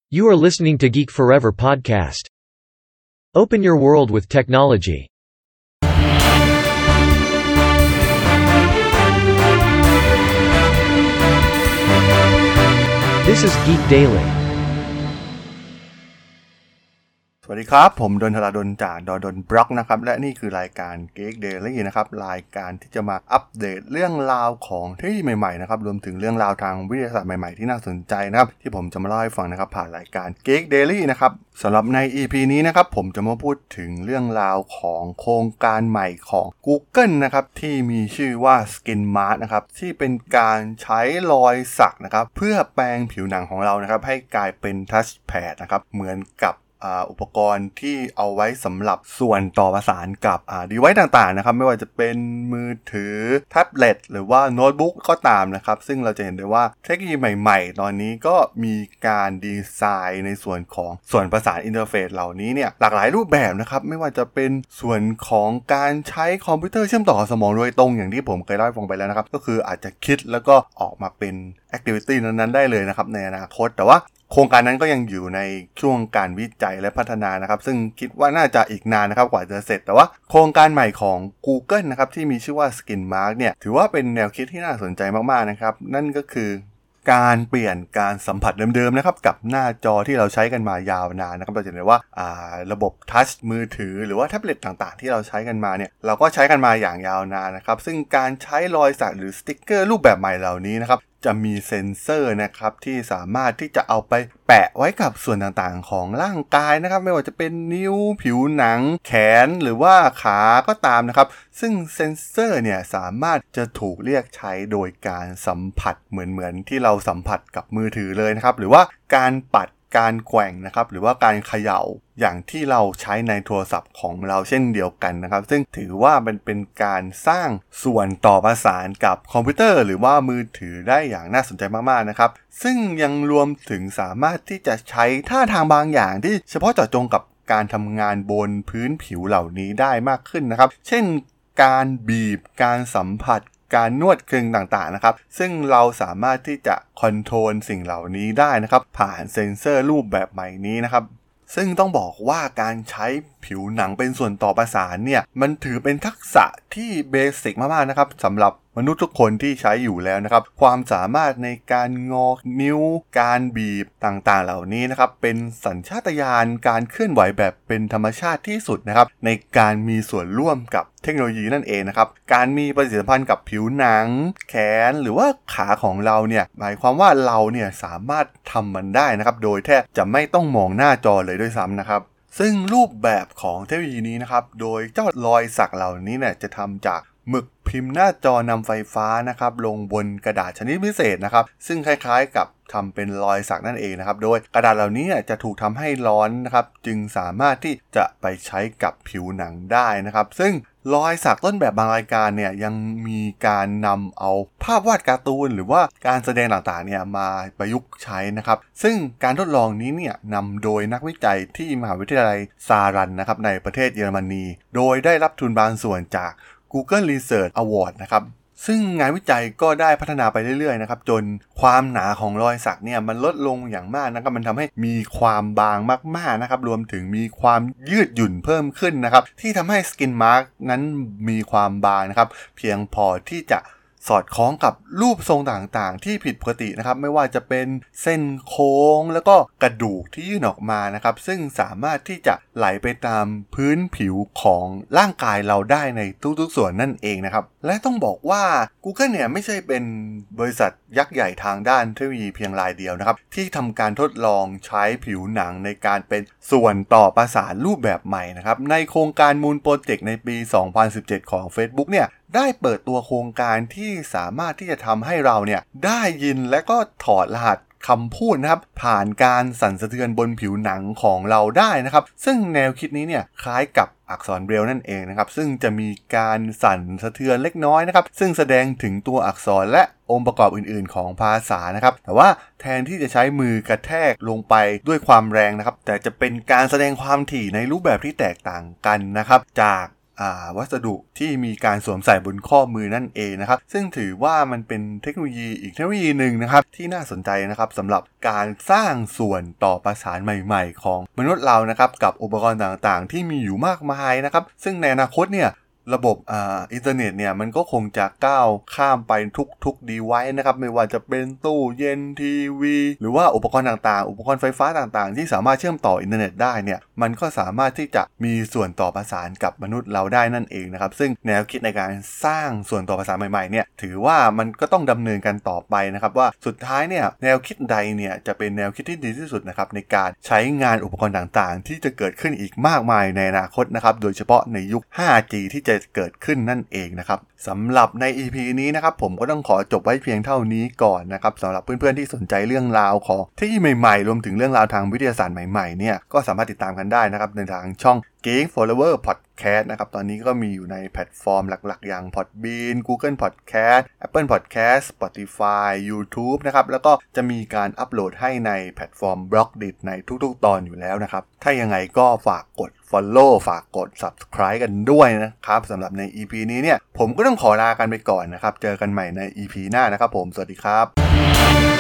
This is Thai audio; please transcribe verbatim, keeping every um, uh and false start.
You are listening to Geek Forever podcast. Open your world with technology. This is Geek Daily. สวัสดีครับผมดนทราดลจากดนบล็อกนะครับและนี่คือรายการ Geek Daily นะครับรายการที่จะมาอัปเดตเรื่องราวของเทคโนโลยีใหม่ๆนะครับรวมถึงเรื่องราวทางวิทยาศาสตร์ใหม่ๆที่น่าสนใจนะครับที่ผมจะมาเล่าให้ฟังนะครับผ่านรายการ Geek Daily นะครับสำหรับใน อี พี นี้นะครับผมจะมาพูดถึงเรื่องราวของโครงการใหม่ของ Google นะครับที่มีชื่อว่า Skin Mask นะครับที่เป็นการใช้รอยสักนะครับเพื่อแปลงผิวหนังของเรานะครับให้กลายเป็น Touch Pad นะครับเหมือนกับอุปกรณ์ที่เอาไว้สำหรับส่วนต่อประสานกับdeviceต่างๆนะครับไม่ว่าจะเป็นมือถือแท็บเล็ตหรือว่าโน้ตบุ๊กก็ตามนะครับซึ่งเราจะเห็นได้ว่าเทคโนโลยีใหม่ๆตอนนี้ก็มีการดีไซน์ในส่วนของส่วนประสานอินเทอร์เฟซเหล่านี้เนี่ยหลากหลายรูปแบบนะครับไม่ว่าจะเป็นส่วนของการใช้คอมพิวเตอร์เชื่อมต่อกับสมองโดยตรงอย่างที่ผมเคยเล่าให้ฟังไปแล้วนะครับก็คืออาจจะคิดแล้วก็ออกมาเป็นแอคทิวิตี้นั้นๆได้เลยนะครับในอนาคตแต่ว่าโครงการนั้นก็ยังอยู่ในช่วงการวิจัยและพัฒนานะครับซึ่งคิดว่าน่าจะอีกนานนะครับกว่าจะเสร็จแต่ว่าโครงการใหม่ของ Google นะครับที่มีชื่อว่า Skin Mask เนี่ยถือว่าเป็นแนวคิดที่น่าสนใจมากๆนะครับนั่นก็คือการเปลี่ยนการสัมผัสเดิมๆนะครับกับหน้าจอที่เราใช้กันมายาวนานนะครับเราจะเห็นได้ว่าระบบทัชมือถือหรือว่าแท็บเล็ตต่างๆที่เราใช้กันมาเนี่ยเราก็ใช้กันมาอย่างยาวนานนะครับซึ่งการใช้รอยสักหรือสติ๊กเกอร์รูปแบบใหม่เหล่านี้นะครับจะมีเซ็นเซอร์นะครับที่สามารถที่จะเอาไปแปะไว้กับส่วนต่างๆของร่างกายนะครับไม่ว่าจะเป็นนิ้วผิวหนังแขนหรือว่าขาก็ตามนะครับซึ่งเซ็นเซอร์เนี่ยสามารถจะถูกเรียกใช้โดยการสัมผัสเหมือนๆที่เราสัมผัสกับมือถือเลยนะครับหรือว่าการปัดการแกว่งนะครับหรือว่าการเขย่าอย่างที่เราใช้ในโทรศัพท์ของเราเช่นเดียวกันนะครับซึ่งถือว่ามันเป็นการสร้างส่วนต่อประสานกับคอมพิวเตอร์หรือว่ามือถือได้อย่างน่าสนใจมากๆนะครับซึ่งยังรวมถึงสามารถที่จะใช้ท่าทางบางอย่างที่เฉพาะเจาะจงกับการทำงานบนพื้นผิวเหล่านี้ได้มากขึ้นนะครับเช่นการบีบการสัมผัสการนวดคลึงต่างๆนะครับซึ่งเราสามารถที่จะคอนโทรลสิ่งเหล่านี้ได้นะครับผ่านเซ็นเซอร์รูปแบบใหม่นี้นะครับซึ่งต้องบอกว่าการใช้ผิวหนังเป็นส่วนต่อประสานเนี่ยมันถือเป็นทักษะที่เบสิกมากๆนะครับสำหรับมนุษย์ทุกคนที่ใช้อยู่แล้วนะครับความสามารถในการงอนิ้วการบีบต่างๆเหล่านี้นะครับเป็นสัญชาตญาณการเคลื่อนไหวแบบเป็นธรรมชาติที่สุดนะครับในการมีส่วนร่วมกับเทคโนโลยีนั่นเองนะครับการมีปฏิสัมพันธ์กับผิวหนังแขนหรือว่าขาของเราเนี่ยหมายความว่าเราเนี่ยสามารถทำมันได้นะครับโดยแทบจะไม่ต้องมองหน้าจอเลยด้วยซ้ำนะครับซึ่งรูปแบบของเทคโนโลยีนี้นะครับโดยเจ้ารอยสักเหล่านี้เนี่ยจะทำจากหมึกพิมพ์หน้าจอนำไฟฟ้านะครับลงบนกระดาษชนิดพิเศษนะครับซึ่งคล้ายๆกับทำเป็นรอยสักนั่นเองนะครับโดยกระดาษเหล่านี้จะถูกทำให้ร้อนนะครับจึงสามารถที่จะไปใช้กับผิวหนังได้นะครับซึ่งรอยสักต้นแบบบางรายการเนี่ยยังมีการนำเอาภาพวาดการ์ตูนหรือว่าการแสดงต่างๆเนี่ยมาประยุกต์ใช้นะครับซึ่งการทดลองนี้เนี่ยนำโดยนักวิจัยที่มหาวิทยาลัยซารันนะครับในประเทศเยอรมนีโดยได้รับทุนบางส่วนจาก Google Research Award นะครับซึ่งงานวิจัยก็ได้พัฒนาไปเรื่อยๆนะครับจนความหนาของรอยสักเนี่ยมันลดลงอย่างมากนะครับมันทำให้มีความบางมากๆนะครับรวมถึงมีความยืดหยุ่นเพิ่มขึ้นนะครับที่ทำให้ Skin Mask นั้นมีความบางนะครับเพียงพอที่จะสอดคล้องกับรูปทรงต่างๆที่ผิดปกตินะครับไม่ว่าจะเป็นเส้นโค้งแล้วก็กระดูกที่ยื่นออกมานะครับซึ่งสามารถที่จะไหลไปตามพื้นผิวของร่างกายเราได้ในทุกๆส่วนนั่นเองนะครับและต้องบอกว่า Google เนี่ยไม่ใช่เป็นบริษัทยักษ์ใหญ่ทางด้านเทคโนโลยีเพียงรายเดียวนะครับที่ทำการทดลองใช้ผิวหนังในการเป็นส่วนต่อประสานรูปแบบใหม่นะครับในโครงการ Moon Project ในปี สองพันสิบเจ็ด ของ Facebook เนี่ยได้เปิดตัวโครงการที่สามารถที่จะทำให้เราเนี่ยได้ยินและก็ถอดรหัสคำพูดนะครับผ่านการสั่นสะเทือนบนผิวหนังของเราได้นะครับซึ่งแนวคิดนี้เนี่ยคล้ายกับอักษรเบรลนั่นเองนะครับซึ่งจะมีการสั่นสะเทือนเล็กน้อยนะครับซึ่งแสดงถึงตัวอักษรและองค์ประกอบอื่นๆของภาษานะครับแต่ว่าแทนที่จะใช้มือกระแทกลงไปด้วยความแรงนะครับแต่จะเป็นการแสดงความถี่ในรูปแบบที่แตกต่างกันนะครับจากวัสดุที่มีการสวมใส่บนข้อมือนั่นเองนะครับซึ่งถือว่ามันเป็นเทคโนโลยีอีกเทคโนโลยีหนึ่งนะครับที่น่าสนใจนะครับสำหรับการสร้างส่วนต่อประสานใหม่ๆของมนุษย์เรานะครับกับอุปกรณ์ต่างๆที่มีอยู่มากมายนะครับซึ่งในอนาคตเนี่ยระบบอ่าอินเทอร์เน็ตเนี่ยมันก็คงจะก้าวข้ามไปทุกๆ device นะครับไม่ว่าจะเป็นตู้เย็นทีวีหรือว่าอุปกรณ์ต่างๆอุปกรณ์ไฟฟ้าต่างๆที่สามารถเชื่อมต่ออินเทอร์เน็ตได้เนี่ยมันก็สามารถที่จะมีส่วนต่อประสานกับมนุษย์เราได้นั่นเองนะครับซึ่งแนวคิดในการสร้างส่วนต่อประสานใหม่ๆเนี่ยถือว่ามันก็ต้องดำเนินกันต่อไปนะครับว่าสุดท้ายเนี่ยแนวคิดใดเนี่ยจะเป็นแนวคิดที่ดีที่สุดนะครับในการใช้งานอุปกรณ์ต่างๆที่จะเกิดขึ้นอีกมากมายในอนาคตนะครับโดยเฉพาะในยุค ห้าจี ที่จะเกิดขึ้นนั่นเองนะครับสำหรับใน อี พี นี้นะครับผมก็ต้องขอจบไว้เพียงเท่านี้ก่อนนะครับสำหรับเพื่อนๆที่สนใจเรื่องราวของเทคโนโลยีใหม่ๆรวมถึงเรื่องราวทางวิทยาศาสตร์ใหม่ๆเนี่ยก็สามารถติดตามกันได้นะครับในทางช่อง Geek Forever Podcast นะครับตอนนี้ก็มีอยู่ในแพลตฟอร์มหลักๆอย่าง Podbean Google Podcast Apple Podcast Spotify YouTube นะครับแล้วก็จะมีการอัปโหลดให้ในแพลตฟอร์ม Blogdit ในทุกๆตอนอยู่แล้วนะครับถ้ายังไงก็ฝากกด Follow ฝากกด Subscribe กันด้วยนะครับสำหรับใน อี พี นี้เนี่ยผมก็ต้องขอลากันไปก่อนนะครับเจอกันใหม่ใน อี พี หน้านะครับผมสวัสดีครับ